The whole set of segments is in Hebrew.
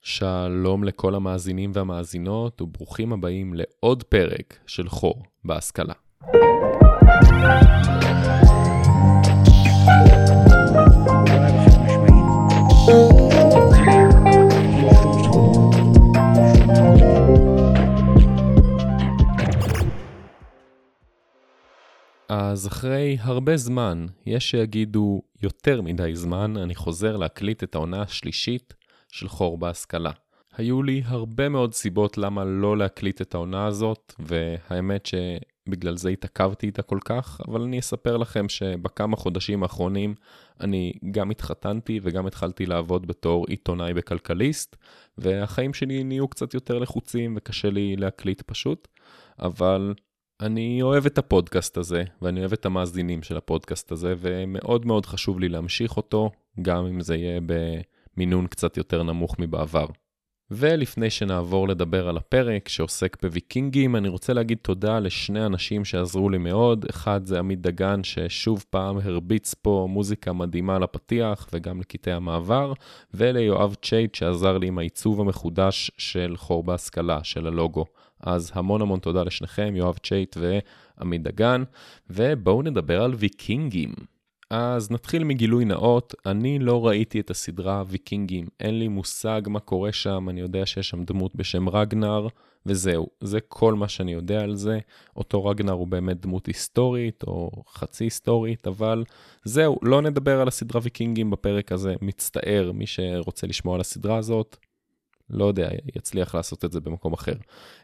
שלום לכל המאזינים והמאזינות וברוכים הבאים לעוד פרק של חור בהשכלה. אז אחרי הרבה זמן, יש שיגידו יותר מדי זמן, אני חוזר להקליט את העונה השלישית של חור בהשכלה. היו לי הרבה מאוד סיבות למה לא להקליט את העונה הזאת, והאמת שבגלל זה התעכבתי איתה כל כך, אבל אני אספר לכם שבכמה חודשים האחרונים אני גם התחתנתי וגם התחלתי לעבוד בתור עיתונאי בכלכליסט, והחיים שלי נהיו קצת יותר לחוצים וקשה לי להקליט פשוט, אבל אני אוהב את הפודקאסט הזה, ואני אוהב את המאזינים של הפודקאסט הזה, ומאוד מאוד חשוב לי להמשיך אותו, גם אם זה יהיה במינון קצת יותר נמוך מבעבר. ולפני שנעבור לדבר על הפרק שעוסק בוויקינגים, אני רוצה להגיד תודה לשני אנשים שעזרו לי מאוד. אחד זה עמית דגן ששוב פעם הרביץ פה מוזיקה מדהימה לפתיח וגם לקטעי המעבר, וליואב צ'ייט שעזר לי עם העיצוב המחודש של חור בהשכלה, של הלוגו. אז המון תודה לשניכם, יואב צ'ייט ועמית דגן, ובואו נדבר על ויקינגים. אז נתחיל מגילוי נאות, אני לא ראיתי את הסדרה ויקינגים, אין לי מושג מה קורה שם, אני יודע שיש שם דמות בשם רגנר, וזהו, זה כל מה שאני יודע על זה. אותו רגנר הוא באמת דמות היסטורית או חצי היסטורית, אבל זהו, לא נדבר על הסדרה ויקינגים בפרק הזה, מצטער מי שרוצה לשמוע על הסדרה הזאת. לא יודע, יצליח לעשות את זה במקום אחר.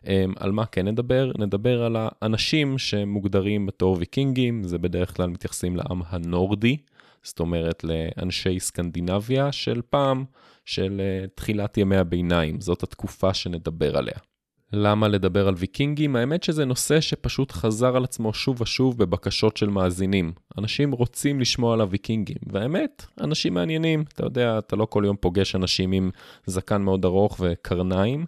על מה כן נדבר? נדבר על האנשים שמוגדרים בתור ויקינגים, זה בדרך כלל מתייחסים לעם הנורדי, זאת אומרת לאנשי סקנדינביה של פעם, של תחילת ימי הביניים, זאת התקופה שנדבר עליה. למה לדבר על ויקינגים? האמת שזה נושא שפשוט חזר על עצמו שוב ושוב בבקשות של מאזינים. אנשים רוצים לשמוע על הוויקינגים, והאמת, אנשים מעניינים. אתה יודע, אתה לא כל יום פוגש אנשים עם זקן מאוד ארוך וקרניים,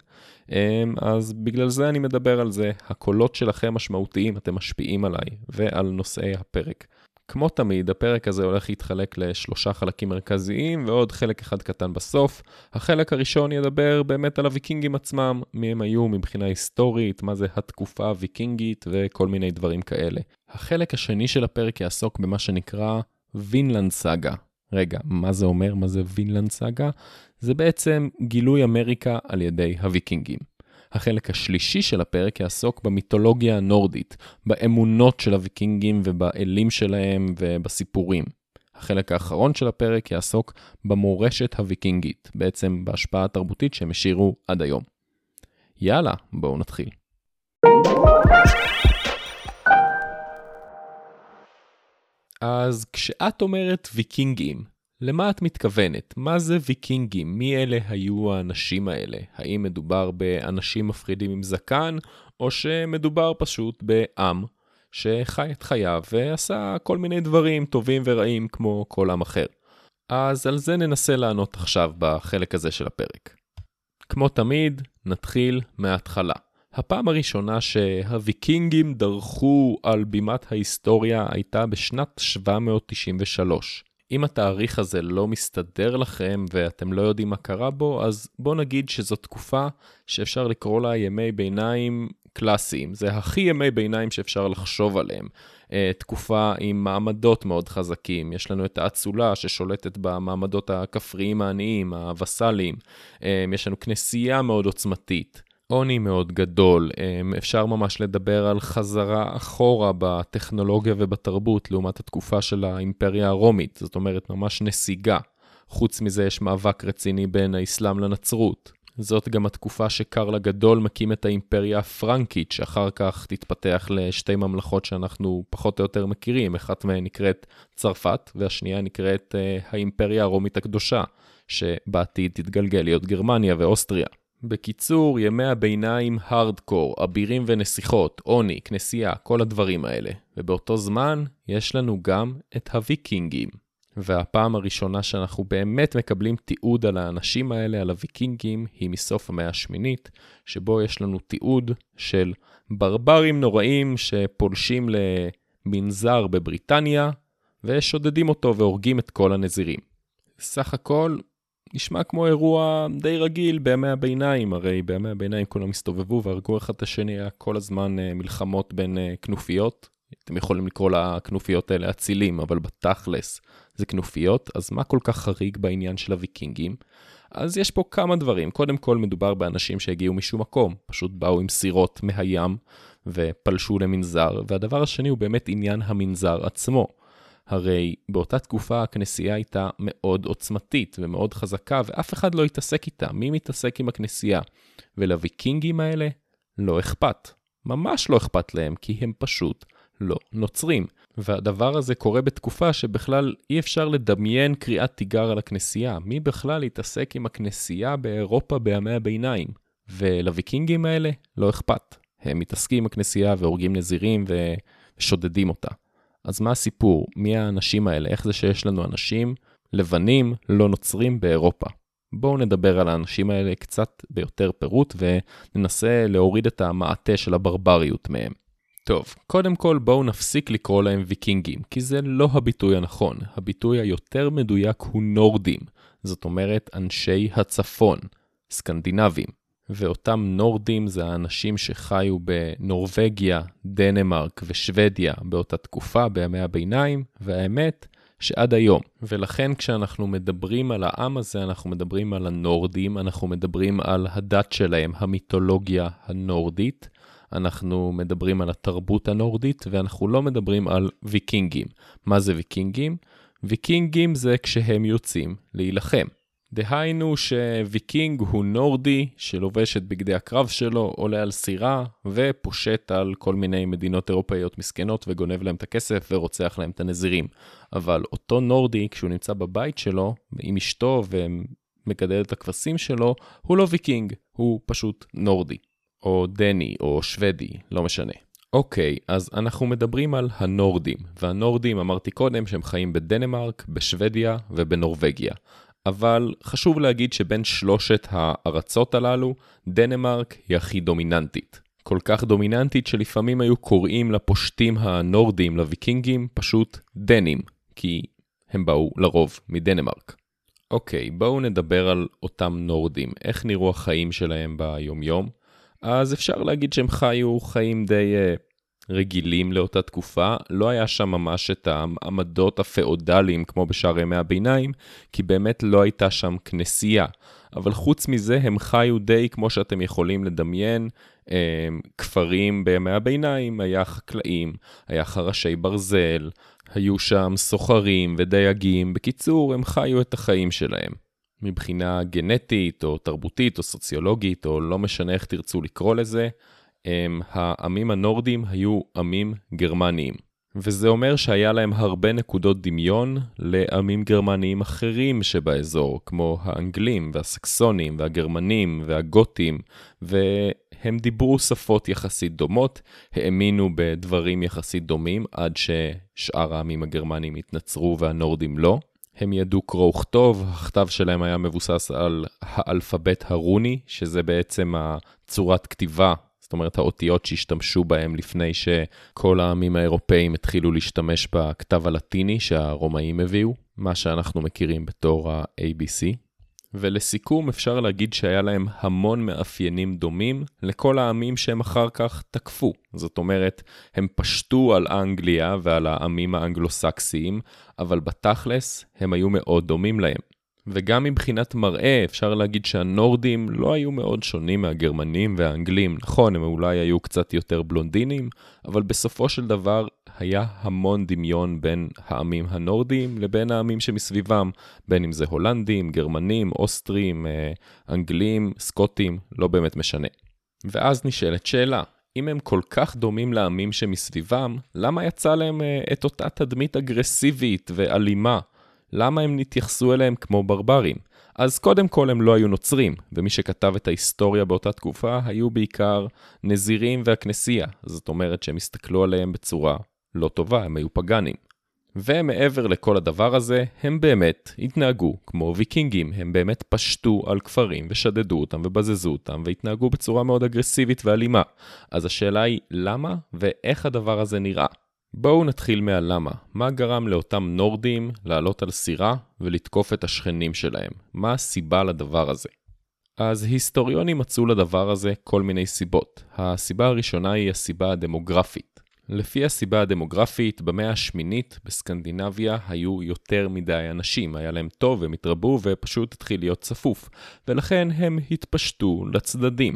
אז בגלל זה אני מדבר על זה. הקולות שלכם משמעותיים, אתם משפיעים עליי ועל נושאי הפרק. כמו תמיד, הפרק הזה הולך להתחלק לשלושה חלקים מרכזיים ועוד חלק אחד קטן בסוף. החלק הראשון ידבר באמת על הוויקינגים עצמם, מי הם היו מבחינה היסטורית, מה זה התקופה הוויקינגית וכל מיני דברים כאלה. החלק השני של הפרק יעסוק במה שנקרא וינלנד סאגה. רגע, מה זה אומר? מה זה וינלנד סאגה? זה בעצם גילוי אמריקה על ידי הוויקינגים. החלק השלישי של הפרק יעסוק במיתולוגיה הנורדית, באמונות של הוויקינגים ובאלים שלהם ובסיפורים. החלק האחרון של הפרק יעסוק במורשת הוויקינגית, בעצם בהשפעה התרבותית שהם השאירו עד היום. יאללה, בואו נתחיל. אז כשאת אומרת ויקינגים, למה את מתכוונת? מה זה ויקינגים? מי אלה היו האנשים האלה? האם מדובר באנשים מפחידים עם זקן, או שמדובר פשוט בעם שחי את חייו ועשה כל מיני דברים טובים ורעים כמו כל עם אחר? אז על זה ננסה לענות עכשיו בחלק הזה של הפרק. כמו תמיד, נתחיל מההתחלה. הפעם הראשונה שהוויקינגים דרכו על בימת ההיסטוריה הייתה בשנת 793. אם התאריך הזה לא מסתדר לכם ואתם לא יודעים מה קרה בו, אז בוא נגיד שזו תקופה שאפשר לקרוא לה ימי ביניים קלאסיים. זה הכי ימי ביניים שאפשר לחשוב עליהם. תקופה עם מעמדות מאוד חזקים. יש לנו את האצולה ששולטת במעמדות הכפריים העניים, הווסליים. יש לנו כנסייה מאוד עוצמתית. עוני מאוד גדול, אפשר ממש לדבר על חזרה אחורה בטכנולוגיה ובתרבות לעומת התקופה של האימפריה הרומית, זאת אומרת ממש נסיגה. חוץ מזה יש מאבק רציני בין האסלאם לנצרות. זאת גם התקופה שקרל הגדול מקים את האימפריה הפרנקית, שאחר כך תתפתח לשתי ממלכות שאנחנו פחות או יותר מכירים. אחת מהן נקראת צרפת והשנייה נקראת האימפריה הרומית הקדושה, שבעתיד תתגלגל להיות גרמניה ואוסטריה. בקיצור, ימי הביניים הרדקור, אבירים ונסיכות, עוני, כנסייה, כל הדברים האלה. ובאותו זמן יש לנו גם את הוויקינגים. והפעם הראשונה שאנחנו באמת מקבלים תיעוד על האנשים האלה, על הוויקינגים, היא מסוף המאה השמינית, שבו יש לנו תיעוד של ברברים נוראים שפולשים למנזר בבריטניה, ושודדים אותו והורגים את כל הנזירים. סך הכל נשמע כמו אירוע די רגיל בימי הביניים, הרי בימי הביניים כולם הסתובבו והרגו אחד את השני, היה כל הזמן מלחמות בין כנופיות. אתם יכולים לקרוא לכנופיות האלה אצילים, אבל בתכלס זה כנופיות, אז מה כל כך חריג בעניין של הוויקינגים? אז יש פה כמה דברים. קודם כל מדובר באנשים שהגיעו משום מקום, פשוט באו עם סירות מהים ופלשו למנזר, והדבר השני הוא באמת עניין המנזר עצמו. הרי באותה תקופה הכנסייה הייתה מאוד עוצמתית ומאוד חזקה, ואף אחד לא התעסק איתה. מי מתעסק עם הכנסייה? ולוויקינגים האלה לא אכפת. ממש לא אכפת להם, כי הם פשוט לא נוצרים. והדבר הזה קורה בתקופה שבכלל אי אפשר לדמיין קריאת תיגר על הכנסייה. מי בכלל יתעסק עם הכנסייה באירופה בימי הביניים? ולוויקינגים האלה לא אכפת. הם מתעסקים עם הכנסייה והורגים נזירים ושודדים אותה. אז מה הסיפור? מי האנשים האלה? איך זה שיש לנו אנשים לבנים לא נוצרים באירופה? בואו נדבר על האנשים האלה קצת ביותר פירוט וננסה להוריד את המעטה של הברבריות מהם. טוב, קודם כל בואו נפסיק לקרוא להם ויקינגים, כי זה לא הביטוי הנכון. הביטוי היותר מדויק הוא נורדים, זאת אומרת אנשי הצפון, סקנדינבים. ואותם נורדים זה האנשים שחיו בנורווגיה, דנמרק ושוודיה באותה תקופה בימי הביניים, והאמת שעד היום. ולכן כשאנחנו מדברים על העם הזה, אנחנו מדברים על הנורדים, אנחנו מדברים על הדת שלהם, המיתולוגיה הנורדית, אנחנו מדברים על התרבות הנורדית, ואנחנו לא מדברים על ויקינגים. מה זה ויקינגים? ויקינגים זה כשהם יוצאים להילחם. דהיינו שוויקינג הוא נורדי שלובש את בגדי הקרב שלו, עולה על סירה ופושט על כל מיני מדינות אירופאיות מסכנות וגונב להם את הכסף ורוצח להם את הנזירים. אבל אותו נורדי כשהוא נמצא בבית שלו עם אשתו ומגדל את הכבשים שלו, הוא לא ויקינג, הוא פשוט נורדי. או דני או שוודי, לא משנה. אוקיי, אז אנחנו מדברים על הנורדים, והנורדים אמרתי קודם שהם חיים בדנמרק, בשוודיה ובנורווגיה. אבל חשוב להגיד שבין שלושת הארצות הללו, דנמרק היא הכי דומיננטית. כל כך דומיננטית שלפעמים היו קוראים לפושטים הנורדים, לוויקינגים, פשוט דנים, כי הם באו לרוב מדנמרק. אוקיי, בואו נדבר על אותם נורדים. איך נראו החיים שלהם ביום-יום? אז אפשר להגיד שהם חיו חיים די רגילים לאותה תקופה, לא היה שם ממש את העמדות הפאודליים כמו בשאר ימי הביניים, כי באמת לא הייתה שם כנסייה. אבל חוץ מזה הם חיו די כמו שאתם יכולים לדמיין, כפרים בימי הביניים, היה חקלאים, היה חרשי ברזל, היו שם סוחרים ודייגים, בקיצור הם חיו את החיים שלהם. מבחינה גנטית או תרבותית או סוציולוגית או לא משנה איך תרצו לקרוא לזה, העמים הנורדים היו עמים גרמניים. וזה אומר שהיה להם הרבה נקודות דמיון לעמים גרמניים אחרים שבאזור, כמו האנגלים והסקסונים והגרמנים והגותים, והם דיברו שפות יחסית דומות, האמינו בדברים יחסית דומים עד ששאר העמים הגרמניים התנצרו והנורדים לא. הם ידעו קרוא וכתוב, הכתב שלהם היה מבוסס על האלפבית הרוני, שזה בעצם הצורת כתיבה, זאת אומרת האותיות שהשתמשו בהם לפני שכל העמים האירופאים התחילו להשתמש בכתב הלטיני שהרומאים הביאו, מה שאנחנו מכירים בתור ה-ABC. ולסיכום אפשר להגיד שהיה להם המון מאפיינים דומים לכל העמים שהם אחר כך תקפו. זאת אומרת, הם פשטו על אנגליה ועל העמים האנגלוסקסיים, אבל בתכלס הם היו מאוד דומים להם. וגם מבחינת מראה אפשר להגיד שהנורדים לא היו מאוד שונים מהגרמנים והאנגלים. נכון, הם אולי היו קצת יותר בלונדינים, אבל בסופו של דבר היה המון דמיון בין העמים הנורדים לבין העמים שמסביבם, בין אם זה הולנדים, גרמנים, אוסטרים, אנגלים, סקוטים, לא באמת משנה. ואז נשאלת שאלה, אם הם כל כך דומים לעמים שמסביבם, למה יצא להם את אותה תדמית אגרסיבית ואלימה? למה הם נתייחסו אליהם כמו ברברים? אז קודם כל הם לא היו נוצרים, ומי שכתב את ההיסטוריה באותה תקופה היו בעיקר נזירים והכנסייה. זאת אומרת שהם הסתכלו עליהם בצורה לא טובה, הם היו פגנים. ומעבר לכל הדבר הזה, הם באמת התנהגו כמו ויקינגים, הם באמת פשטו על כפרים ושדדו אותם ובזזו אותם, והתנהגו בצורה מאוד אגרסיבית ואלימה. אז השאלה היא למה ואיך הדבר הזה נראה? בואו נתחיל מהלמה. מה גרם לאותם נורדים לעלות על סירה ולתקוף את השכנים שלהם? מה הסיבה לדבר הזה? אז היסטוריונים מצאו לדבר הזה כל מיני סיבות. הסיבה הראשונה היא הסיבה הדמוגרפית. לפי הסיבה הדמוגרפית, במאה השמינית בסקנדינביה היו יותר מדי אנשים. היה להם טוב, הם התרבו ופשוט התחיל להיות צפוף. ולכן הם התפשטו לצדדים.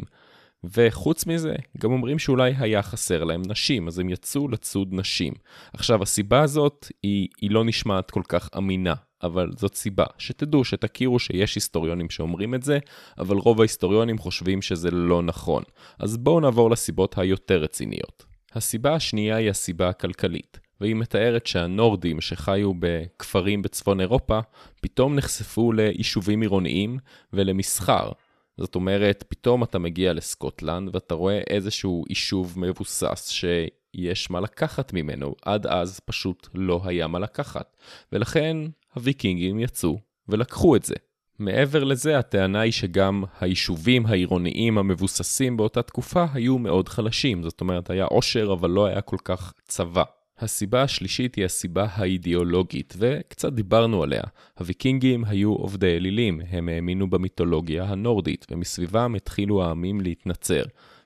וחוץ מזה, גם אומרים שאולי היה חסר להם נשים, אז הם יצאו לצוד נשים. עכשיו, הסיבה הזאת היא לא נשמעת כל כך אמינה, אבל זאת סיבה. שתדעו, שתכירו שיש היסטוריונים שאומרים את זה, אבל רוב ההיסטוריונים חושבים שזה לא נכון. אז בואו נעבור לסיבות היותר רציניות. הסיבה השנייה היא הסיבה הכלכלית, והיא מתארת שהנורדים שחיו בכפרים בצפון אירופה, פתאום נחשפו ליישובים עירוניים ולמסחר. זאת אומרת, פתאום אתה מגיע לסקוטלנד ואתה רואה איזשהו יישוב מבוסס שיש מה לקחת ממנו. עד אז פשוט לא היה מה לקחת. ולכן הוויקינגים יצאו ולקחו את זה. מעבר לזה, הטענה היא שגם היישובים העירוניים המבוססים באותה תקופה היו מאוד חלשים. זאת אומרת, היה עושר אבל לא היה כל כך צבא. הסיבה השלישית היא הסיבה האידיאולוגית, וקצת דיברנו עליה. הוויקינגים היו עובדי אלילים, הם האמינו במיתולוגיה הנורדית, ומסביבם התחילו העמים להתנצר.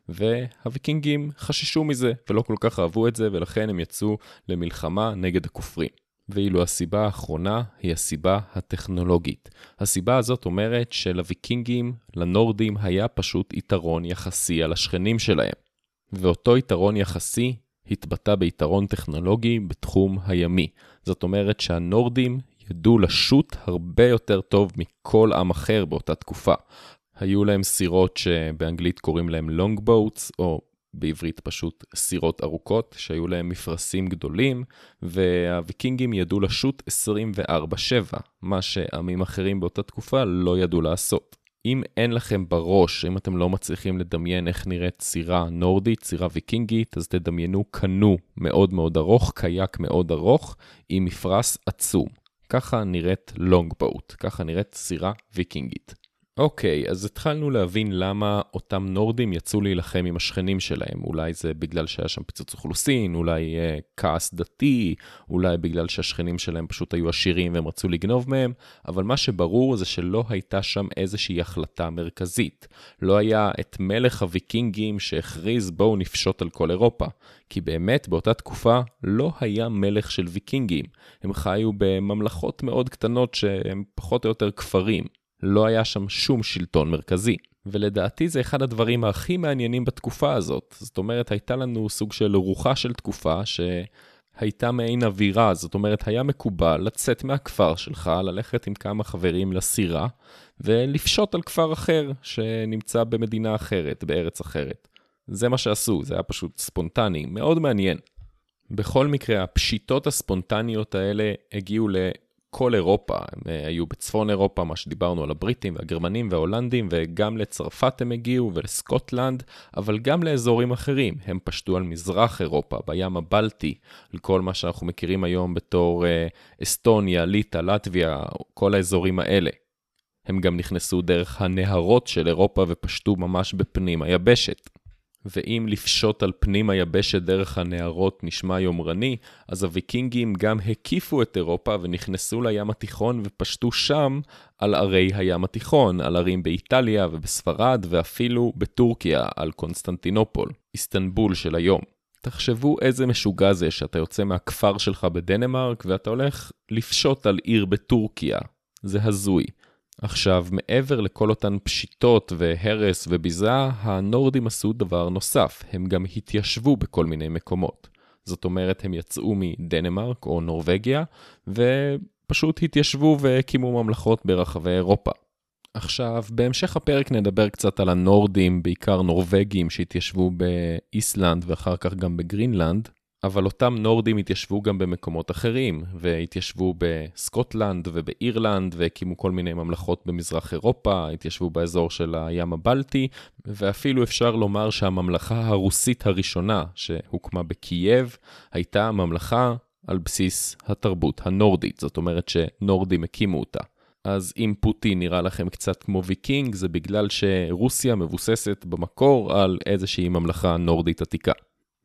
והוויקינגים חששו מזה, ולא כל כך אהבו את זה, ולכן הם יצאו למלחמה נגד הכופרים. ואילו הסיבה האחרונה היא הסיבה הטכנולוגית. הסיבה הזאת אומרת שלוויקינגים, לנורדים, היה פשוט יתרון יחסי על השכנים שלהם. ואותו יתרון יחסי התבטא ביתרון טכנולוגי בתחום הימי. זאת אומרת שהנורדים ידעו לשוט הרבה יותר טוב מכל עם אחר באותה תקופה. היו להם סירות שבאנגלית קוראים להם long boats, או בעברית פשוט סירות ארוכות, שהיו להם מפרסים גדולים, והוויקינגים ידעו לשוט 24/7, מה שעמים אחרים באותה תקופה לא ידעו לעשות. אם אין לכם בראש, אם אתם לא מצליחים לדמיין איך נראית סירה נורדית, סירה ויקינגית, אז תדמיינו קנו מאוד מאוד ארוך, קייק מאוד ארוך, עם מפרס עצום. ככה נראית לונגבוט, ככה נראית סירה ויקינגית. אוקיי, אז התחלנו להבין למה אותם נורדים יצאו להילחם עם השכנים שלהם. אולי זה בגלל שהיה שם פיצוץ אוכלוסין, אולי כעס דתי, אולי בגלל שהשכנים שלהם פשוט היו עשירים והם רצו לגנוב מהם, אבל מה שברור זה שלא הייתה שם איזושהי החלטה מרכזית. לא היה את מלך הוויקינגים שהכריז בואו נפשוט על כל אירופה. כי באמת באותה תקופה לא היה מלך של ויקינגים. הם חיו בממלכות מאוד קטנות שהם פחות או יותר כפרים. לא היה שם שום שלטון מרכזי. ולדעתי זה אחד הדברים הכי מעניינים בתקופה הזאת. זאת אומרת, הייתה לנו סוג של רוחה של תקופה שהייתה מעין אווירה. זאת אומרת, היה מקובל לצאת מהכפר שלך, ללכת עם כמה חברים לסירה, ולפשוט על כפר אחר שנמצא במדינה אחרת, בארץ אחרת. זה מה שעשו, זה היה פשוט ספונטני, מאוד מעניין. בכל מקרה, הפשיטות הספונטניות האלה הגיעו כל אירופה, הם היו בצפון אירופה, מה שדיברנו על הבריטים והגרמנים וההולנדים, וגם לצרפת הם הגיעו ולסקוטלנד, אבל גם לאזורים אחרים. הם פשטו על מזרח אירופה, בים הבלטי, על כל מה שאנחנו מכירים היום בתור אסטוניה, ליטא, לטביה, כל האזורים האלה. הם גם נכנסו דרך הנהרות של אירופה ופשטו ממש בפנים היבשת. ואם לפשוט על פנים היבשת דרך הנהרות נשמע יומרני, אז הוויקינגים גם הקיפו את אירופה ונכנסו לים התיכון ופשטו שם על ערי הים התיכון, על ערים באיטליה ובספרד ואפילו בטורקיה, על קונסטנטינופול, איסטנבול של היום. תחשבו איזה משוגע זה שאתה יוצא מהכפר שלך בדנמרק ואתה הולך לפשוט על עיר בטורקיה. זה הזוי. עכשיו, מעבר לכל אותן פשיטות והרס וביזה, הנורדים עשו דבר נוסף. הם גם התיישבו בכל מיני מקומות. זאת אומרת, הם יצאו מדנמרק או נורווגיה, ופשוט התיישבו והקימו ממלכות ברחבי אירופה. עכשיו, בהמשך הפרק נדבר קצת על הנורדים, בעיקר נורווגים שהתיישבו באיסלנד ואחר כך גם בגרינלנד, אבל אותם נורדים התיישבו גם במקומות אחרים, והתיישבו בסקוטלנד ובאירלנד, והקימו כל מיני ממלכות במזרח אירופה, התיישבו באזור של הים הבלטי, ואפילו אפשר לומר שהממלכה הרוסית הראשונה שהוקמה בקייב, הייתה ממלכה על בסיס התרבות הנורדית, זאת אומרת שנורדים הקימו אותה. אז אם פוטין נראה לכם קצת כמו ויקינג, זה בגלל שרוסיה מבוססת במקור על איזושהי ממלכה נורדית עתיקה.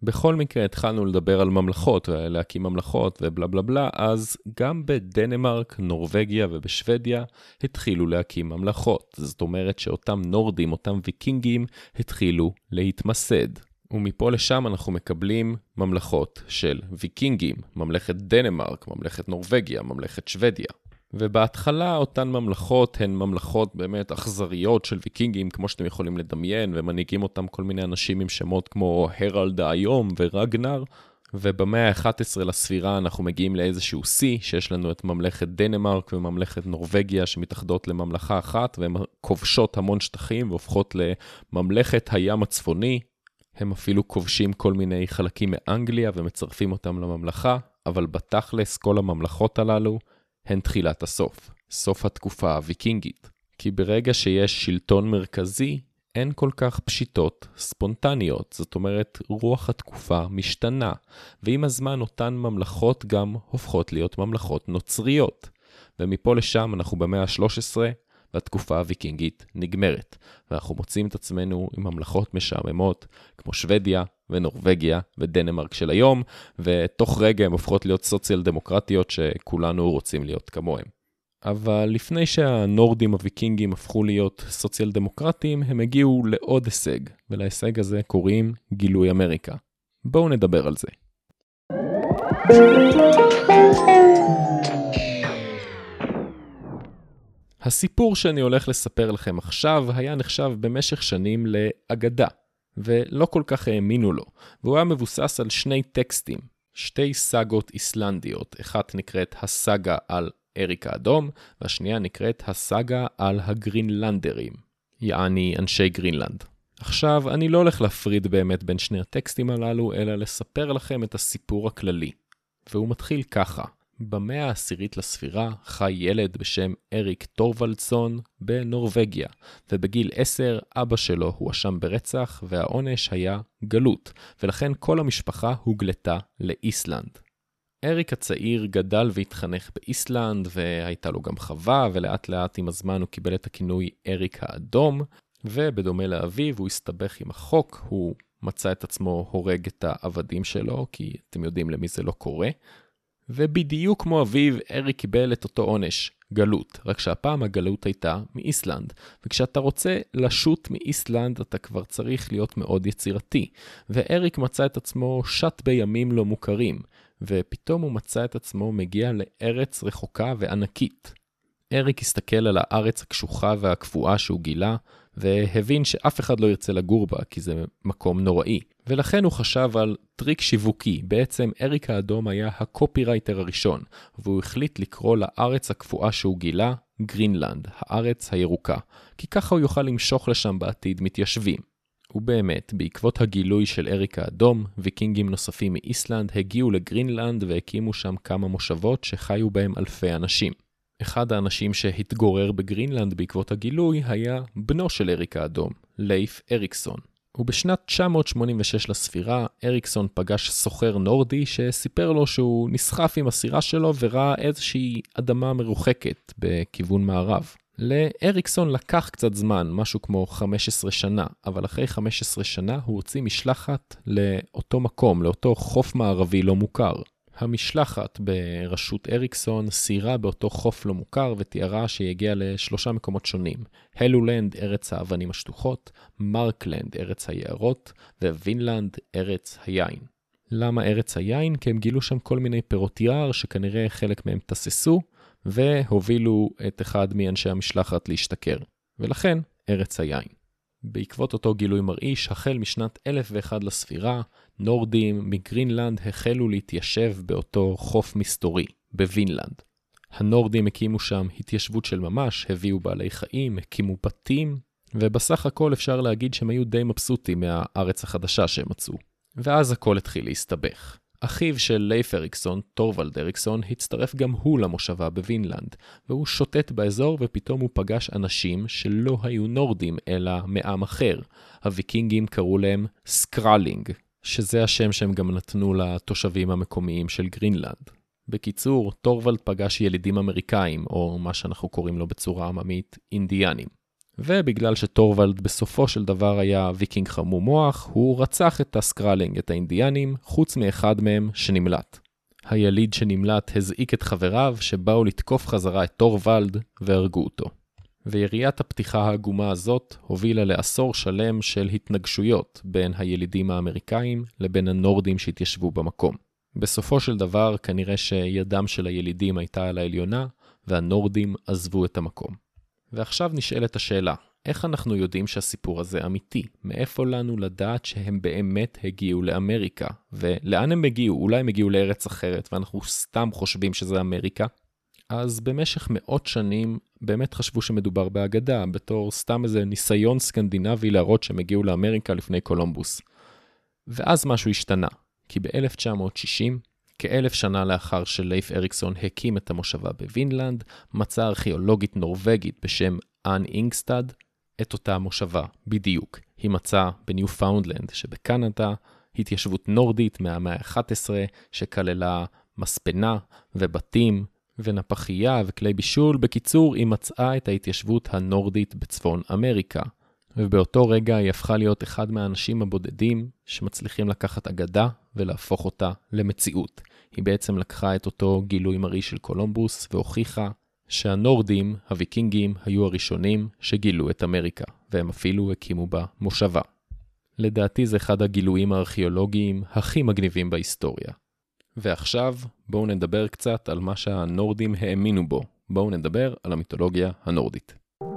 בכל מקרה התחלנו לדבר על ממלכות ולהקים ממלכות ובלה בלה בלה, אז גם בדנמרק, נורווגיה ובשוודיה התחילו להקים ממלכות. זאת אומרת שאותם נורדים, אותם ויקינגים, התחילו להתמסד. ומפה לשם אנחנו מקבלים ממלכות של ויקינגים, ממלכת דנמרק, ממלכת נורווגיה, ממלכת שוודיה. ובהתחלה אותן ממלכות הן ממלכות באמת אכזריות של ויקינגים, כמו שאתם יכולים לדמיין, ומנהיגים אותם כל מיני אנשים עם שמות כמו הרלד היום ורגנר, ובמאה ה-11 לספירה אנחנו מגיעים לאיזשהו שיא, שיש לנו את ממלכת דנמרק וממלכת נורווגיה שמתאחדות לממלכה אחת, והן כובשות המון שטחים והופכות לממלכת הים הצפוני. הם אפילו כובשים כל מיני חלקים מאנגליה ומצרפים אותם לממלכה, אבל בתכלס כל הממלכות הללו הן תחילת הסוף, סוף התקופה הוויקינגית. כי ברגע שיש שלטון מרכזי, אין כל כך פשיטות ספונטניות, זאת אומרת רוח התקופה משתנה, ועם הזמן אותן ממלכות גם הופכות להיות ממלכות נוצריות. ומפה לשם אנחנו במאה ה-13, והתקופה הוויקינגית נגמרת, ואנחנו מוצאים את עצמנו עם ממלכות משעממות, כמו שוודיה ונורווגיה ודנמרק של היום, ותוך רגע הן הופכות להיות סוציאל דמוקרטיות שכולנו רוצים להיות כמוהם. אבל לפני שהנורדים הוויקינגים הפכו להיות סוציאל דמוקרטיים, הם הגיעו לעוד הישג, ולהישג הזה קוראים גילוי אמריקה. בואו נדבר על זה. הסיפור שאני הולך לספר לכם עכשיו היה נחשב במשך שנים לאגדה, ולא כל כך האמינו לו, והוא היה מבוסס על שני טקסטים, שתי סאגות איסלנדיות, אחת נקראת הסאגה על אריק האדום, והשנייה נקראת הסאגה על הגרינלנדרים, יעני אנשי גרינלנד. עכשיו, אני לא הולך להפריד באמת בין שני הטקסטים הללו, אלא לספר לכם את הסיפור הכללי, והוא מתחיל ככה. במאה העשירית לספירה חי ילד בשם אריק טורוולדסון בנורווגיה, ובגיל 10 אבא שלו הואשם ברצח והעונש היה גלות, ולכן כל המשפחה הוגלתה לאיסלנד. אריק הצעיר גדל והתחנך באיסלנד, והייתה לו גם חווה, ולאט לאט עם הזמן הוא קיבל את הכינוי אריק האדום, ובדומה לאביו הוא הסתבך עם החוק, הוא מצא את עצמו הורג את העבדים שלו, כי אתם יודעים למי זה לא קורה. ובדיוק כמו אביו, אריק קיבל את אותו עונש, גלות, רק שהפעם הגלות הייתה מאיסלנד, וכשאתה רוצה לשוט מאיסלנד אתה כבר צריך להיות מאוד יצירתי, ואריק מצא את עצמו שט בימים לא מוכרים, ופתאום הוא מצא את עצמו מגיע לארץ רחוקה וענקית. אריק הסתכל על הארץ הקשוחה והקפואה שהוא גילה, והבין שאף אחד לא ירצה לגור בה, כי זה מקום נוראי. ולכן הוא חשב על טריק שיווקי. בעצם אריק האדום היה הקופירייטר הראשון, והוא החליט לקרוא לארץ הקפואה שהוא גילה, גרינלנד, הארץ הירוקה. כי ככה הוא יוכל למשוך לשם בעתיד מתיישבים. ובאמת, בעקבות הגילוי של אריק האדום, ויקינגים נוספים מאיסלנד הגיעו לגרינלנד והקימו שם כמה מושבות שחיו בהם אלפי אנשים. אחד האנשים שהתגורר בגרינלנד בעקבות הגילוי היה בנו של אריק האדום, לייף אריקסון. ובשנת 986 לספירה, אריקסון פגש סוחר נורדי שסיפר לו שהוא נסחף עם הסירה שלו וראה איזושהי אדמה מרוחקת בכיוון מערב. לאריקסון לקח קצת זמן, משהו כמו 15 שנה, אבל אחרי 15 שנה הוא הוציא משלחת לאותו מקום, לאותו חוף מערבי לא מוכר. המשלחת בראשות אריקסון סיירה באותו חוף לא מוכר ותיארה שיגיע לשלושה מקומות שונים. הלולנד, ארץ האבנים השטוחות, מרקלנד, ארץ היערות, ווינלנד, ארץ היין. למה ארץ היין? כי הם גילו שם כל מיני פירות יער שכנראה חלק מהם תססו, והובילו את אחד מאנשי המשלחת להשתכר. ולכן, ארץ היין. בעקבות אותו גילוי מרעיש, החל משנת 1001 לספירה, נורדים מגרינלנד החלו להתיישב באותו חוף מסתורי, בווינלנד. הנורדים הקימו שם התיישבות של ממש, הביאו בעלי חיים, הקימו בתים, ובסך הכל אפשר להגיד שהם היו די מבסוטים מהארץ החדשה שהם מצאו. ואז הכל התחיל להסתבך. אחיו של לייף אריקסון, טורוולד אריקסון, הצטרף גם הוא למושבה בווינלנד, והוא שוטט באזור ופתאום הוא פגש אנשים שלא היו נורדים אלא מעם אחר. הוויקינגים קראו להם סקרלינג, שזה השם שהם גם נתנו לתושבים המקומיים של גרינלנד. בקיצור, טורוולד פגש ילידים אמריקאים, או מה שאנחנו קוראים לו בצורה עממית, אינדיאנים. ובגלל שטורוולד בסופו של דבר היה ויקינג חמום מוח, הוא רצח את הסקרלינג, את האינדיאנים, חוץ מאחד מהם שנמלט. היליד שנמלט הזעיק את חבריו שבאו לתקוף חזרה את טורוולד והרגו אותו. ויריית הפתיחה העגומה הזאת הובילה לעשור שלם של התנגשויות בין הילידים האמריקאים לבין הנורדים שהתיישבו במקום. בסופו של דבר כנראה שידם של הילידים הייתה על העליונה והנורדים עזבו את המקום. ועכשיו נשאלת השאלה, איך אנחנו יודעים שהסיפור הזה אמיתי? מאיפה לנו לדעת שהם באמת הגיעו לאמריקה? ולאן הם הגיעו? אולי הם הגיעו לארץ אחרת ואנחנו סתם חושבים שזה אמריקה? אז במשך מאות שנים באמת חשבו שמדובר באגדה, בתור סתם איזה ניסיון סקנדינבי להראות שהם הגיעו לאמריקה לפני קולומבוס. ואז משהו השתנה, כי ב-1960, כ1000 שנה לאחר שלייף אריקסון הקים את המושבה בווינלנד, מצאה ארכיאולוגית נורווגית בשם אן אינגסטד את אותה מושבה בדיוק. היא מצאה בניו-פאונדלנד שבקנדה התיישבות נורדית מהמאה ה-11 שכללה מספנה ובתים ונפחייה וכלי בישול. בקיצור, היא מצאה את ההתיישבות הנורדית בצפון אמריקה. ובאותו רגע היא הפכה להיות אחד מהאנשים הבודדים שמצליחים לקחת אגדה ולהפוך אותה למציאות. היא בעצם לקחה את אותו גילוי מראה של קולומבוס והוכיחה שהנורדים, הוויקינגים, היו הראשונים שגילו את אמריקה, והם אפילו הקימו בה מושבה. לדעתי זה אחד הגילויים הארכיאולוגיים הכי מגניבים בהיסטוריה. ועכשיו בואו נדבר קצת על מה שהנורדים האמינו בו. בואו נדבר על המיתולוגיה הנורדית.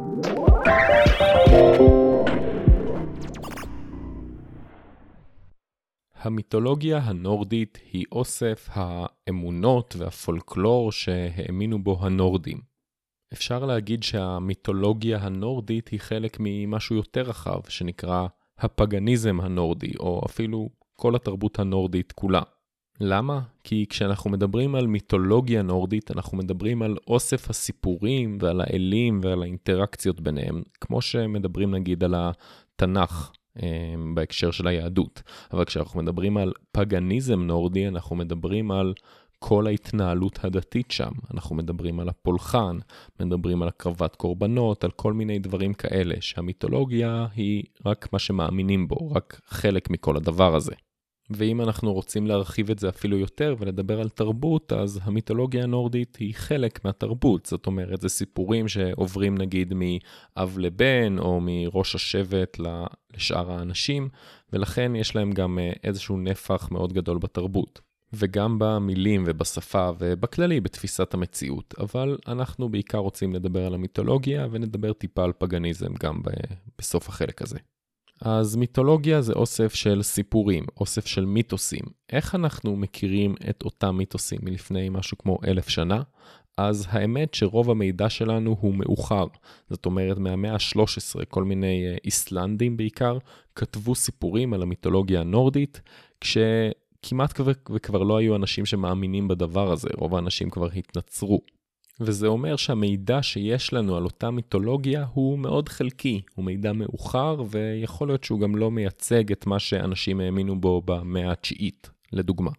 המיתולוגיה הנורדית היא אוסף האמונות והפולקלור שהאמינו בו הנורדים. אפשר להגיד שהמיתולוגיה הנורדית היא חלק ממשהו יותר רחב שנקרא הפגניזם הנורדי, או אפילו כל התרבות הנורדית כולה. למה? כי כשאנחנו מדברים על מיתולוגיה נורדית, אנחנו מדברים על אוסף הסיפורים ועל האלים ועל האינטראקציות ביניהם, כמו שמדברים נגיד על התנ"ך בהקשר של היהדות. אבל כשאנחנו מדברים על פגניזם נורדי, אנחנו מדברים על כל ההתנהלות הדתית שם. אנחנו מדברים על הפולחן, מדברים על הקרבת קורבנות, על כל מיני דברים כאלה, שהמיתולוגיה היא רק מה שמאמינים בו, רק חלק מכל הדבר הזה. ואם אנחנו רוצים להרחיב את זה אפילו יותר ולדבר על תרבות, אז המיתולוגיה הנורדית היא חלק מהתרבות. זאת אומרת, זה סיפורים שעוברים נגיד מאב לבן או מראש השבט לשאר האנשים, ולכן יש להם גם איזשהו נפח מאוד גדול בתרבות. וגם במילים ובשפה ובכללי בתפיסת המציאות. אבל אנחנו בעיקר רוצים לדבר על המיתולוגיה ונדבר טיפה על פגניזם גם בסוף החלק הזה. אז מיתולוגיה זה אוסף של סיפורים, אוסף של מיתוסים. איך אנחנו מכירים את אותם מיתוסים מלפני משהו כמו 1000 שנה? אז האמת שרוב המידע שלנו הוא מאוחר. זאת אומרת, מהמאה ה-13, כל מיני איסלנדים בעיקר, כתבו סיפורים על המיתולוגיה הנורדית, כשכמעט וכבר לא היו אנשים שמאמינים בדבר הזה, רוב האנשים כבר התנצרו. וזה אומר שהמידע שיש לנו על אותה מיתולוגיה הוא מאוד חלקי, הוא מידע מאוחר, ויכול להיות שהוא גם לא מייצג את מה שאנשים האמינו בו במאה התשיעית, לדוגמה.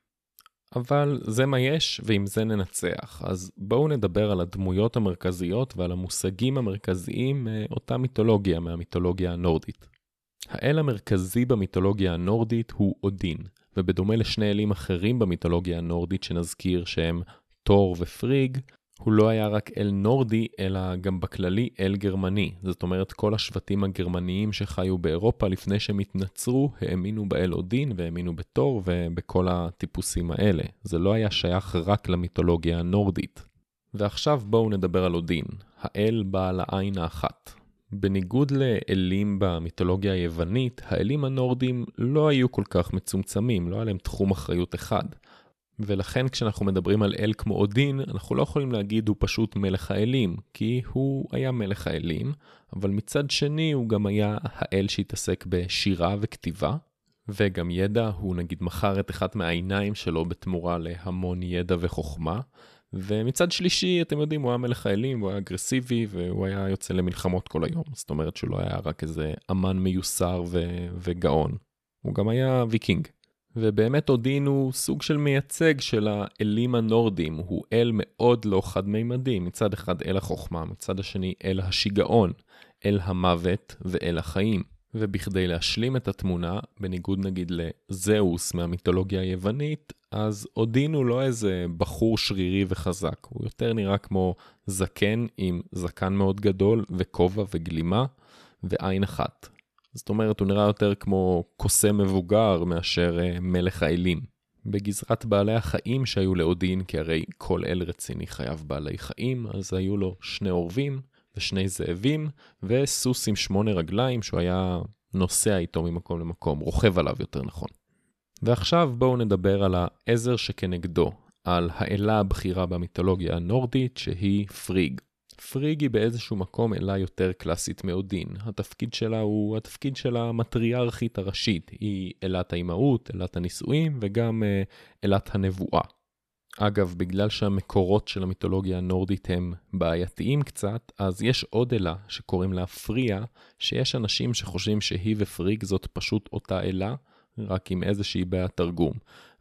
אבל זה מה יש, ועם זה ננצח. אז בואו נדבר על הדמויות המרכזיות ועל המושגים המרכזיים מאותה מיתולוגיה, מהמיתולוגיה הנורדית. האל המרכזי במיתולוגיה הנורדית הוא אודין, ובדומה לשני אלים אחרים במיתולוגיה הנורדית שנזכיר שהם תור ופריג, הוא לא היה רק אל נורדי, אלא גם בכללי אל גרמני. זאת אומרת, כל השבטים הגרמניים שחיו באירופה לפני שהם התנצרו, האמינו באל אודין והאמינו בתור ובכל הטיפוסים האלה. זה לא היה שייך רק למיתולוגיה הנורדית. ועכשיו בואו נדבר על אודין, האל בעל העין האחת. בניגוד לאלים במיתולוגיה היוונית, האלים הנורדים לא היו כל כך מצומצמים, לא היה להם תחום אחריות אחד. ולכן כשאנחנו מדברים על אל כמו אודין, אנחנו לא יכולים להגיד הוא פשוט מלך האלים, כי הוא היה מלך האלים, אבל מצד שני הוא גם היה האל שהתעסק בשירה וכתיבה, וגם ידע, הוא נגיד מכר את אחת מהעיניים שלו בתמורה להמון ידע וחוכמה, ומצד שלישי, אתם יודעים, הוא היה מלך האלים, הוא היה אגרסיבי, והוא היה יוצא למלחמות כל היום, זאת אומרת שהוא לא היה רק איזה אמן מיוסר וגאון, הוא גם היה ויקינג. ובאמת אודין הוא סוג של מייצג של האלים הנורדים, הוא אל מאוד לא חד-מימדי, מצד אחד אל החוכמה, מצד השני אל השיגעון, אל המוות ואל החיים. ובכדי להשלים את התמונה, בניגוד נגיד לזהוס מהמיתולוגיה היוונית, אז אודין הוא לא איזה בחור שרירי וחזק, הוא יותר נראה כמו זקן עם זקן מאוד גדול וכובע וגלימה ועין אחת. זאת אומרת, הוא נראה יותר כמו קוסם מבוגר מאשר מלך האלים. בגזרת בעלי החיים שהיו לאודין, כי הרי כל אל רציני חייב בעלי חיים, אז היו לו 2 עורבים ושני זאבים, וסוס עם 8 רגליים שהוא היה נוסע איתו ממקום למקום, רוכב עליו יותר נכון. ועכשיו בואו נדבר על העזר שכנגדו, על האלה הבכירה במיתולוגיה הנורדית שהיא פריג. פריג היא באיזשהו מקום אלה יותר קלאסית מאודין. התפקיד שלה הוא התפקיד של המטריארכית הראשית. היא אלת האימהות, אלת הנישואים וגם אלת הנבואה. אגב, בגלל שהמקורות של המיתולוגיה הנורדית הם בעייתיים קצת, אז יש עוד אלה שקוראים לה פריה, שיש אנשים שחושבים שהיא ופריג זאת פשוט אותה אלה, רק עם איזושהי בעיה תרגום.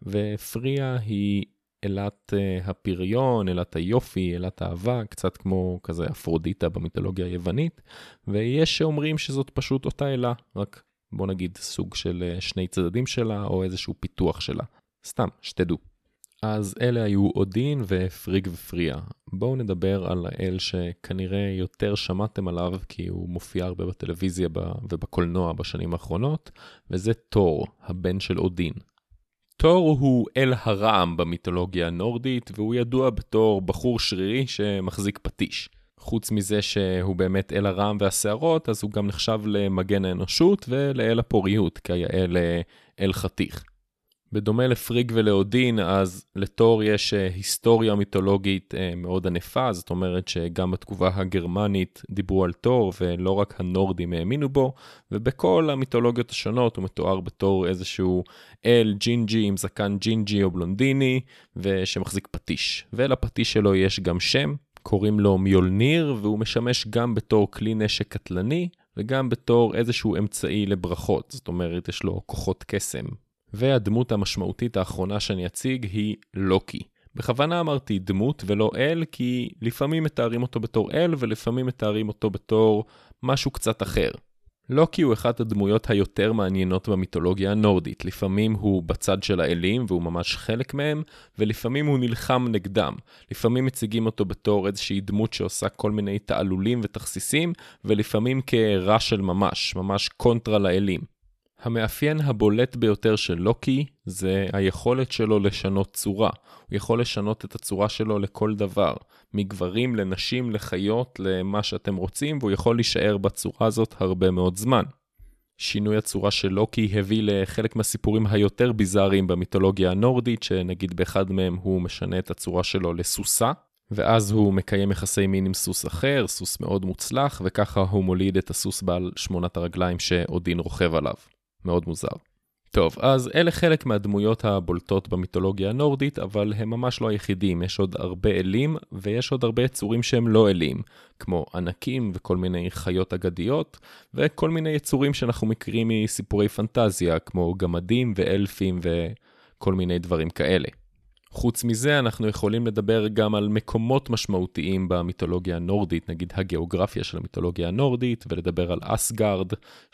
ופריה היא אלת הפריון, אלת היופי, אלת האהבה, קצת כמו כזה אפרודיטה במיתולוגיה היוונית, ויש שאומרים שזאת פשוט אותה אלה, רק בוא נגיד סוג של 2 צדדים שלה או איזשהו פיתוח שלה. סתם, שתדעו. אז אלה היו אודין ופריג ופריה. בואו נדבר על האל שכנראה יותר שמעתם עליו, כי הוא מופיע הרבה בטלוויזיה ובקולנוע בשנים האחרונות, וזה תור, הבן של אודין. תור הוא אל הרעם במיתולוגיה הנורדית, והוא ידוע בתור בחור שרירי שמחזיק פטיש. חוץ מזה שהוא באמת אל הרעם והשערות, אז הוא גם נחשב למגן האנושות ולאל הפוריות, כי היה אל חתיך. בדומה לפריג ולאודין, אז לתור יש היסטוריה מיתולוגית מאוד ענפה, זאת אומרת שגם בתקופה הגרמנית דיברו על תור, ולא רק הנורדים האמינו בו, ובכל המיתולוגיות השונות הוא מתואר בתור איזשהו אל ג'ינג'י עם זקן ג'ינג'י או בלונדיני, ושמחזיק פטיש. ולפטיש שלו יש גם שם, קוראים לו מיולניר, והוא משמש גם בתור כלי נשק קטלני, וגם בתור איזשהו אמצעי לברכות, זאת אומרת יש לו כוחות קסם. והדמות המשמעותית האחרונה שאני אציג היא לוקי. בכוונה אמרתי דמות ולא אל, כי לפעמים מתארים אותו בתור אל, ולפעמים מתארים אותו בתור משהו קצת אחר. לוקי הוא אחת הדמויות היותר מעניינות במיתולוגיה הנורדית. לפעמים הוא בצד של האלים, והוא ממש חלק מהם, ולפעמים הוא נלחם נגדם. לפעמים מציגים אותו בתור איזושהי דמות שעושה כל מיני תעלולים ותכסיסים, ולפעמים כרע של ממש קונטרה לאלים. המאפיין הבולט ביותר של לוקי זה היכולת שלו לשנות צורה. הוא יכול לשנות את הצורה שלו לכל דבר, מגברים לנשים לחיות למה שאתם רוצים, והוא יכול להישאר בצורה הזאת הרבה מאוד זמן. שינוי הצורה של לוקי הביא לחלק מהסיפורים היותר ביזאריים במיתולוגיה הנורדית, שנגיד באחד מהם הוא משנה את הצורה שלו לסוסה, ואז הוא מקיים יחסי מין עם סוס אחר, סוס מאוד מוצלח, וככה הוא מוליד את הסוס בעל 8 הרגליים שאודין רוכב עליו. מאוד מוזר. טוב, אז אלה חלק מהדמויות הבולטות במיתולוגיה הנורדית, אבל הם ממש לא היחידים. יש עוד הרבה אלים, ויש עוד הרבה יצורים שהם לא אלים, כמו ענקים וכל מיני חיות אגדיות, וכל מיני יצורים שאנחנו מכירים מסיפורי פנטזיה, כמו גמדים ואלפים וכל מיני דברים כאלה. חוץ מזה, אנחנו יכולים לדבר גם על מקומות משמעותיים במיתולוגיה הנורדית, נגיד הגיאוגרפיה של המיתולוגיה הנורדית, ולדבר על אסגרד,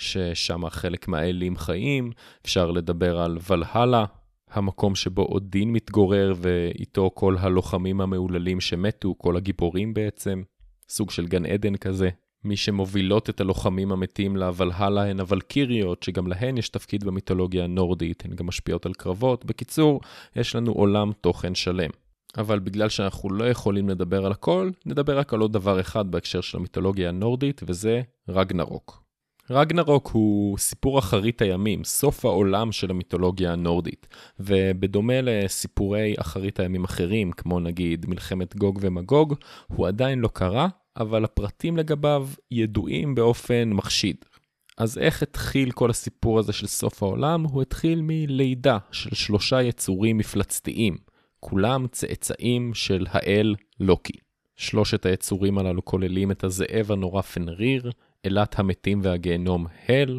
ששם חלק מהאלים חיים. אפשר לדבר על ולהלה, המקום שבו אודין מתגורר, ואיתו כל הלוחמים המעוללים שמתו, כל הגיבורים בעצם, סוג של גן עדן כזה. מי שמובילות את הלוחמים המתים לוולהלה הן הוולקיריות, שגם להן יש תפקיד במיתולוגיה הנורדית, הן גם משפיעות על קרבות. בקיצור, יש לנו עולם תוכן שלם. אבל בגלל שאנחנו לא יכולים לדבר על הכל, נדבר רק על עוד דבר אחד בהקשר של המיתולוגיה הנורדית, וזה רגנרוק. רגנרוק הוא סיפור אחרית הימים, סוף העולם של המיתולוגיה הנורדית, ובדומה לסיפורי אחרית הימים אחרים, כמו נגיד מלחמת גוג ומגוג, הוא עדיין לא קרה, אבל הפרטים לגביו ידועים באופן מחשיד. אז איך התחיל כל הסיפור הזה של סוף העולם? הוא התחיל מלידה של 3 יצורים מפלצתיים, כולם צאצאים של האל לוקי. 3 היצורים הללו כוללים את הזאב הנורא פנריר, אלת המתים והגיהנום הל,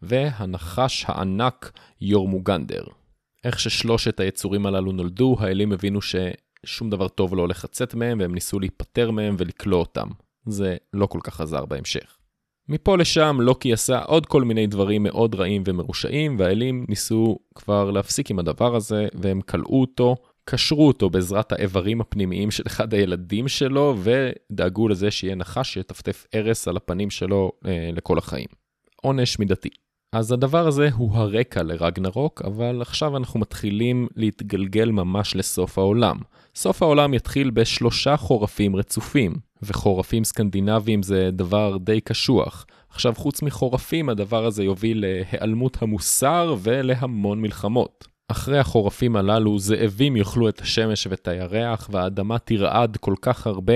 והנחש הענק יורמוגנדר. איך ש3 היצורים הללו נולדו, האלים הבינו ששום דבר טוב לא הולך לצאת מהם, והם ניסו להיפטר מהם ולקלוא אותם. זה לא כל כך עזר בהמשך. מפה לשם לוקי עשה עוד כל מיני דברים מאוד רעים ומרושעים, והאלים ניסו כבר להפסיק עם הדבר הזה, והם קלעו אותו, קשרו אותו בעזרת האיברים הפנימיים של אחד הילדים שלו, ודאגו לזה שיהיה נחש שיטפטף ארס על הפנים שלו לכל החיים. עונש מידתי. אז הדבר הזה הוא הרקע לרגנרוק, אבל עכשיו אנחנו מתחילים להתגלגל ממש לסוף העולם. סוף העולם יתחיל ב3 חורפים רצופים, וחורפים סקנדינביים זה דבר די קשוח. עכשיו חוץ מחורפים הדבר הזה יוביל להיעלמות המוסר ולהמון מלחמות. אחרי החורפים הללו זאבים יאכלו את השמש ואת הירח, והאדמה תרעד כל כך הרבה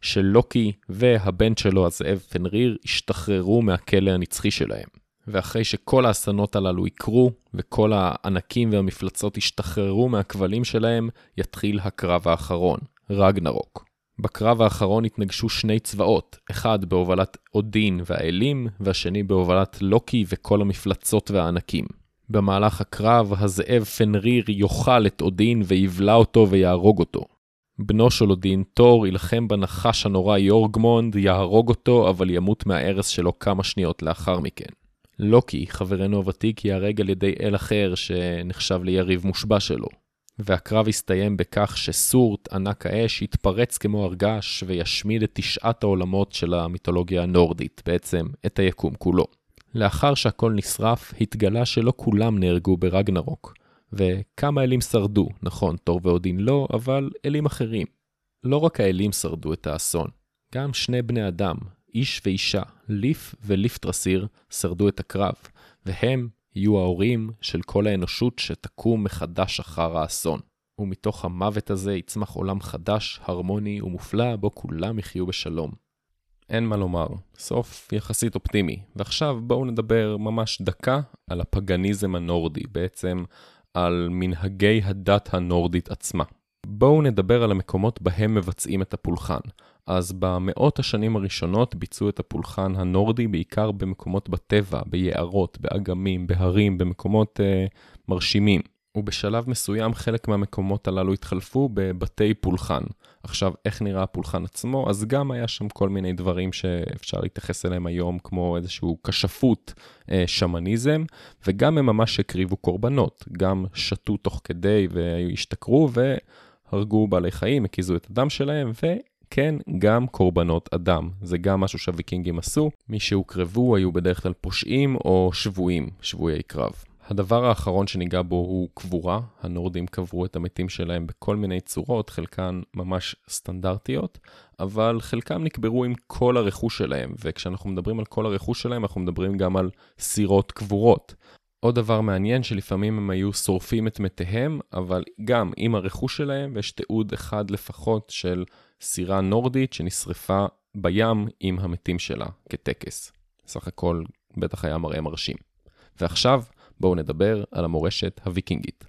שלוקי והבן שלו הזאב פנריר השתחררו מהכלא הנצחי שלהם. ואחרי שכל האסונות הללו יקרו, וכל הענקים והמפלצות ישתחררו מהכבלים שלהם, יתחיל הקרב האחרון, רגנרוק. בקרב האחרון התנגשו 2 צבאות, אחד בהובלת אודין והאלים, והשני בהובלת לוקי וכל המפלצות והענקים. במהלך הקרב, הזאב פנריר יאכל את אודין ויבלע אותו ויהרוג אותו. בנו של אודין, תור, ילחם בנחש הנורא יורגמונד, יהרוג אותו, אבל ימות מהארס שלו כמה שניות לאחר מכן. לוקי, חברנו הוותיק, ייהרג על ידי אל אחר שנחשב ליריב מושבע שלו. והקרב הסתיים בכך שסורט, ענק האש, יתפרץ כמו הרגש וישמיד את 9 העולמות של המיתולוגיה הנורדית, בעצם את היקום כולו. לאחר שהכל נשרף, התגלה שלא כולם נהרגו ברגנרוק. וכמה אלים שרדו, נכון, תור ואודין לא, אבל אלים אחרים. לא רק האלים שרדו את האסון, גם 2 בני אדם, איש ואישה, ליף וליפטרסיר, שרדו את הקרב, והם יהיו ההורים של כל האנושות שתקום מחדש אחר האסון. ומתוך המוות הזה יצמח עולם חדש, הרמוני ומופלא, בו כולם יחיו בשלום. אין מה לומר, סוף יחסית אופטימי. ועכשיו בואו נדבר ממש דקה על הפגניזם הנורדי, בעצם על מנהגי הדת הנורדית עצמה. בואו נדבר על המקומות בהם מבצעים את הפולחן. אז במאות השנים הראשונות ביצעו את הפולחן הנורדי בעיקר במקומות בטבע, ביערות, באגמים, בהרים, במקומות מרשימים. ובשלב מסוים חלק מהמקומות הללו התחלפו בבתי פולחן. עכשיו, איך נראה הפולחן עצמו? אז גם היה שם כל מיני דברים שאפשר להתייחס אליהם היום, כמו איזשהו כשפות שמניזם, וגם הם ממש הקריבו קורבנות. גם שתו תוך כדי והשתכרו והרגו בעלי חיים, הקיזו את הדם שלהם, וכן, גם קורבנות אדם. זה גם משהו שהוויקינגים עשו. מי שהוקרבו היו בדרך כלל פושעים או שבויים, שבויי קרב. הדבר האחרון שניגע בו הוא קבורה. הנורדים קברו את המתים שלהם בכל מיני צורות, חלקן ממש סטנדרטיות, אבל חלקם נקברו עם כל הרכוש שלהם, וכשאנחנו מדברים על כל הרכוש שלהם, אנחנו מדברים גם על סירות קבורות. עוד דבר מעניין שלפעמים הם היו שורפים את מתיהם, אבל גם עם הרכוש שלהם, ויש תיעוד אחד לפחות של סירה נורדית שנשרפה בים עם המתים שלה כטקס. סך הכל בטח היה מראה מרשים. ועכשיו בואו נדבר על המורשת הוויקינגית.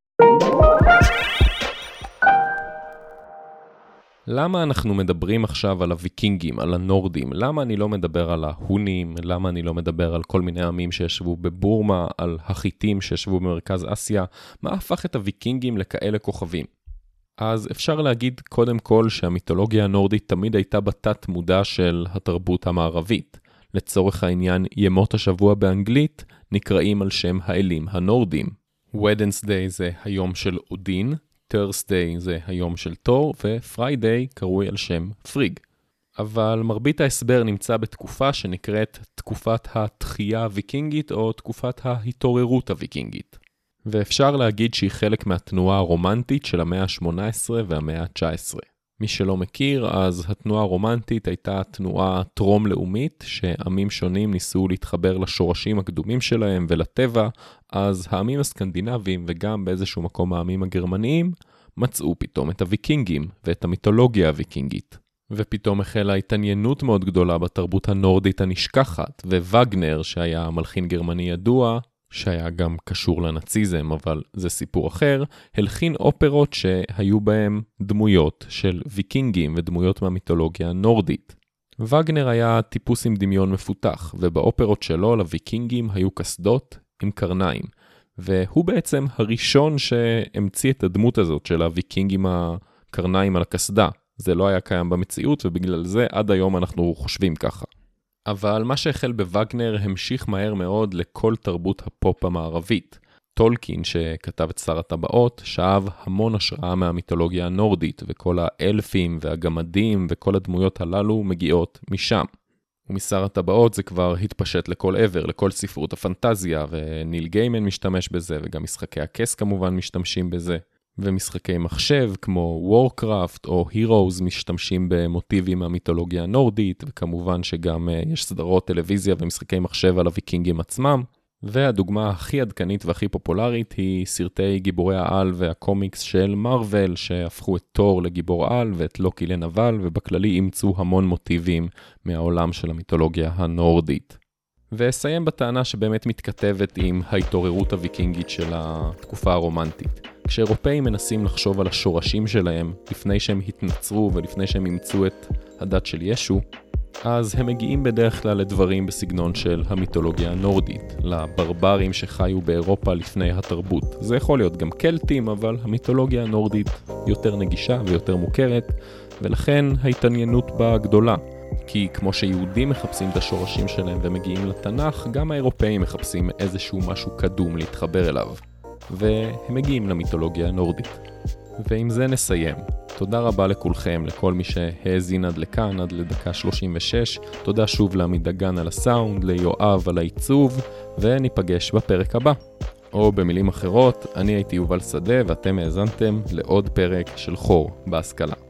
למה אנחנו מדברים עכשיו על הוויקינגים, על הנורדים? למה אני לא מדבר על ההונים? למה אני לא מדבר על כל מיני עמים שישבו בבורמה, על החיטים שישבו במרכז אסיה? מה הפך את הוויקינגים לכאלה כוכבים? אז אפשר להגיד קודם כל שהמיתולוגיה הנורדית תמיד הייתה בתת מודע של התרבות המערבית. לצורך העניין, ימות השבוע באנגלית נקראים על שם האלים הנורדים. Wednesday זה היום של אודין, Thursday זה היום של תור, ו-Friday קרוי על שם פריג. אבל מרבית ההסבר נמצא בתקופה שנקראת תקופת התחייה הוויקינגית או תקופת ההתעוררות הוויקינגית. ואפשר להגיד שהיא חלק מהתנועה הרומנטית של המאה ה-18 והמאה ה-19. מי שלא מכיר, אז התנועה הרומנטית הייתה תנועה טרום-לאומית, שעמים שונים ניסו להתחבר לשורשים הקדומים שלהם ולטבע, אז העמים הסקנדינביים וגם באיזשהו מקום העמים הגרמניים, מצאו פתאום את הוויקינגים ואת המיתולוגיה הוויקינגית. ופתאום החלה התעניינות מאוד גדולה בתרבות הנורדית הנשכחת, ווגנר, שהיה מלחין גרמני ידוע, שהיה גם קשור לנאציזם, אבל זה סיפור אחר, הלחין אופרות שהיו בהם דמויות של ויקינגים ודמויות מהמיתולוגיה הנורדית. וגנר היה טיפוס עם דמיון מפותח, ובאופרות שלו לוויקינגים היו קסדות עם קרניים. והוא בעצם הראשון שהמציא את הדמות הזאת של הוויקינגים הקרניים על הקסדה. זה לא היה קיים במציאות, ובגלל זה עד היום אנחנו חושבים ככה. אבל מה שהחל בווגנר המשיך מהר מאוד לכל תרבות הפופ המערבית. טולקין, שכתב את שר הטבעות, שאב המון השראה מהמיתולוגיה הנורדית, וכל האלפים והגמדים וכל הדמויות הללו מגיעות משם. ומשר הטבעות זה כבר התפשט לכל עבר, לכל ספרות הפנטזיה, וניל גיימן משתמש בזה, וגם משחקי הכס כמובן משתמשים בזה. ומשחקי מחשב כמו וורקראפט או הירוז משתמשים במוטיבים מהמיתולוגיה הנורדית, וכמובן שגם יש סדרות טלוויזיה ומשחקי מחשב על הוויקינגים עצמם. והדוגמה הכי עדכנית והכי פופולרית היא סרטי גיבורי העל והקומיקס של מארוול, שהפכו את תור לגיבור על ואת לוקי לנבל, ובכללי אימצו המון מוטיבים מהעולם של המיתולוגיה הנורדית. ואסיים בטענה שבאמת מתכתבת עם ההתעוררות הוויקינגית של התקופה הרומנטית. כשאירופאים מנסים לחשוב על השורשים שלהם לפני שהם התנצרו ולפני שהם אימצו את הדת של ישו, אז הם מגיעים בדרך כלל לדברים בסגנון של המיתולוגיה הנורדית, לברברים שחיו באירופה לפני התרבות. זה יכול להיות גם קלטים, אבל המיתולוגיה הנורדית יותר נגישה ויותר מוכרת, ולכן ההתעניינות בה גדולה. כי כמו שיהודים מחפשים את השורשים שלהם ומגיעים לתנ"ך, גם האירופאים מחפשים איזשהו משהו קדום להתחבר אליו. והם מגיעים למיתולוגיה הנורדית. ועם זה נסיים. תודה רבה לכולכם, לכל מי שהאזין עד לכאן, עד לדקה 36. תודה שוב לעמית דגן על הסאונד, ליואב על העיצוב, וניפגש בפרק הבא. או במילים אחרות, אני הייתי יובל שדה ואתם האזנתם לעוד פרק של חור בהשכלה.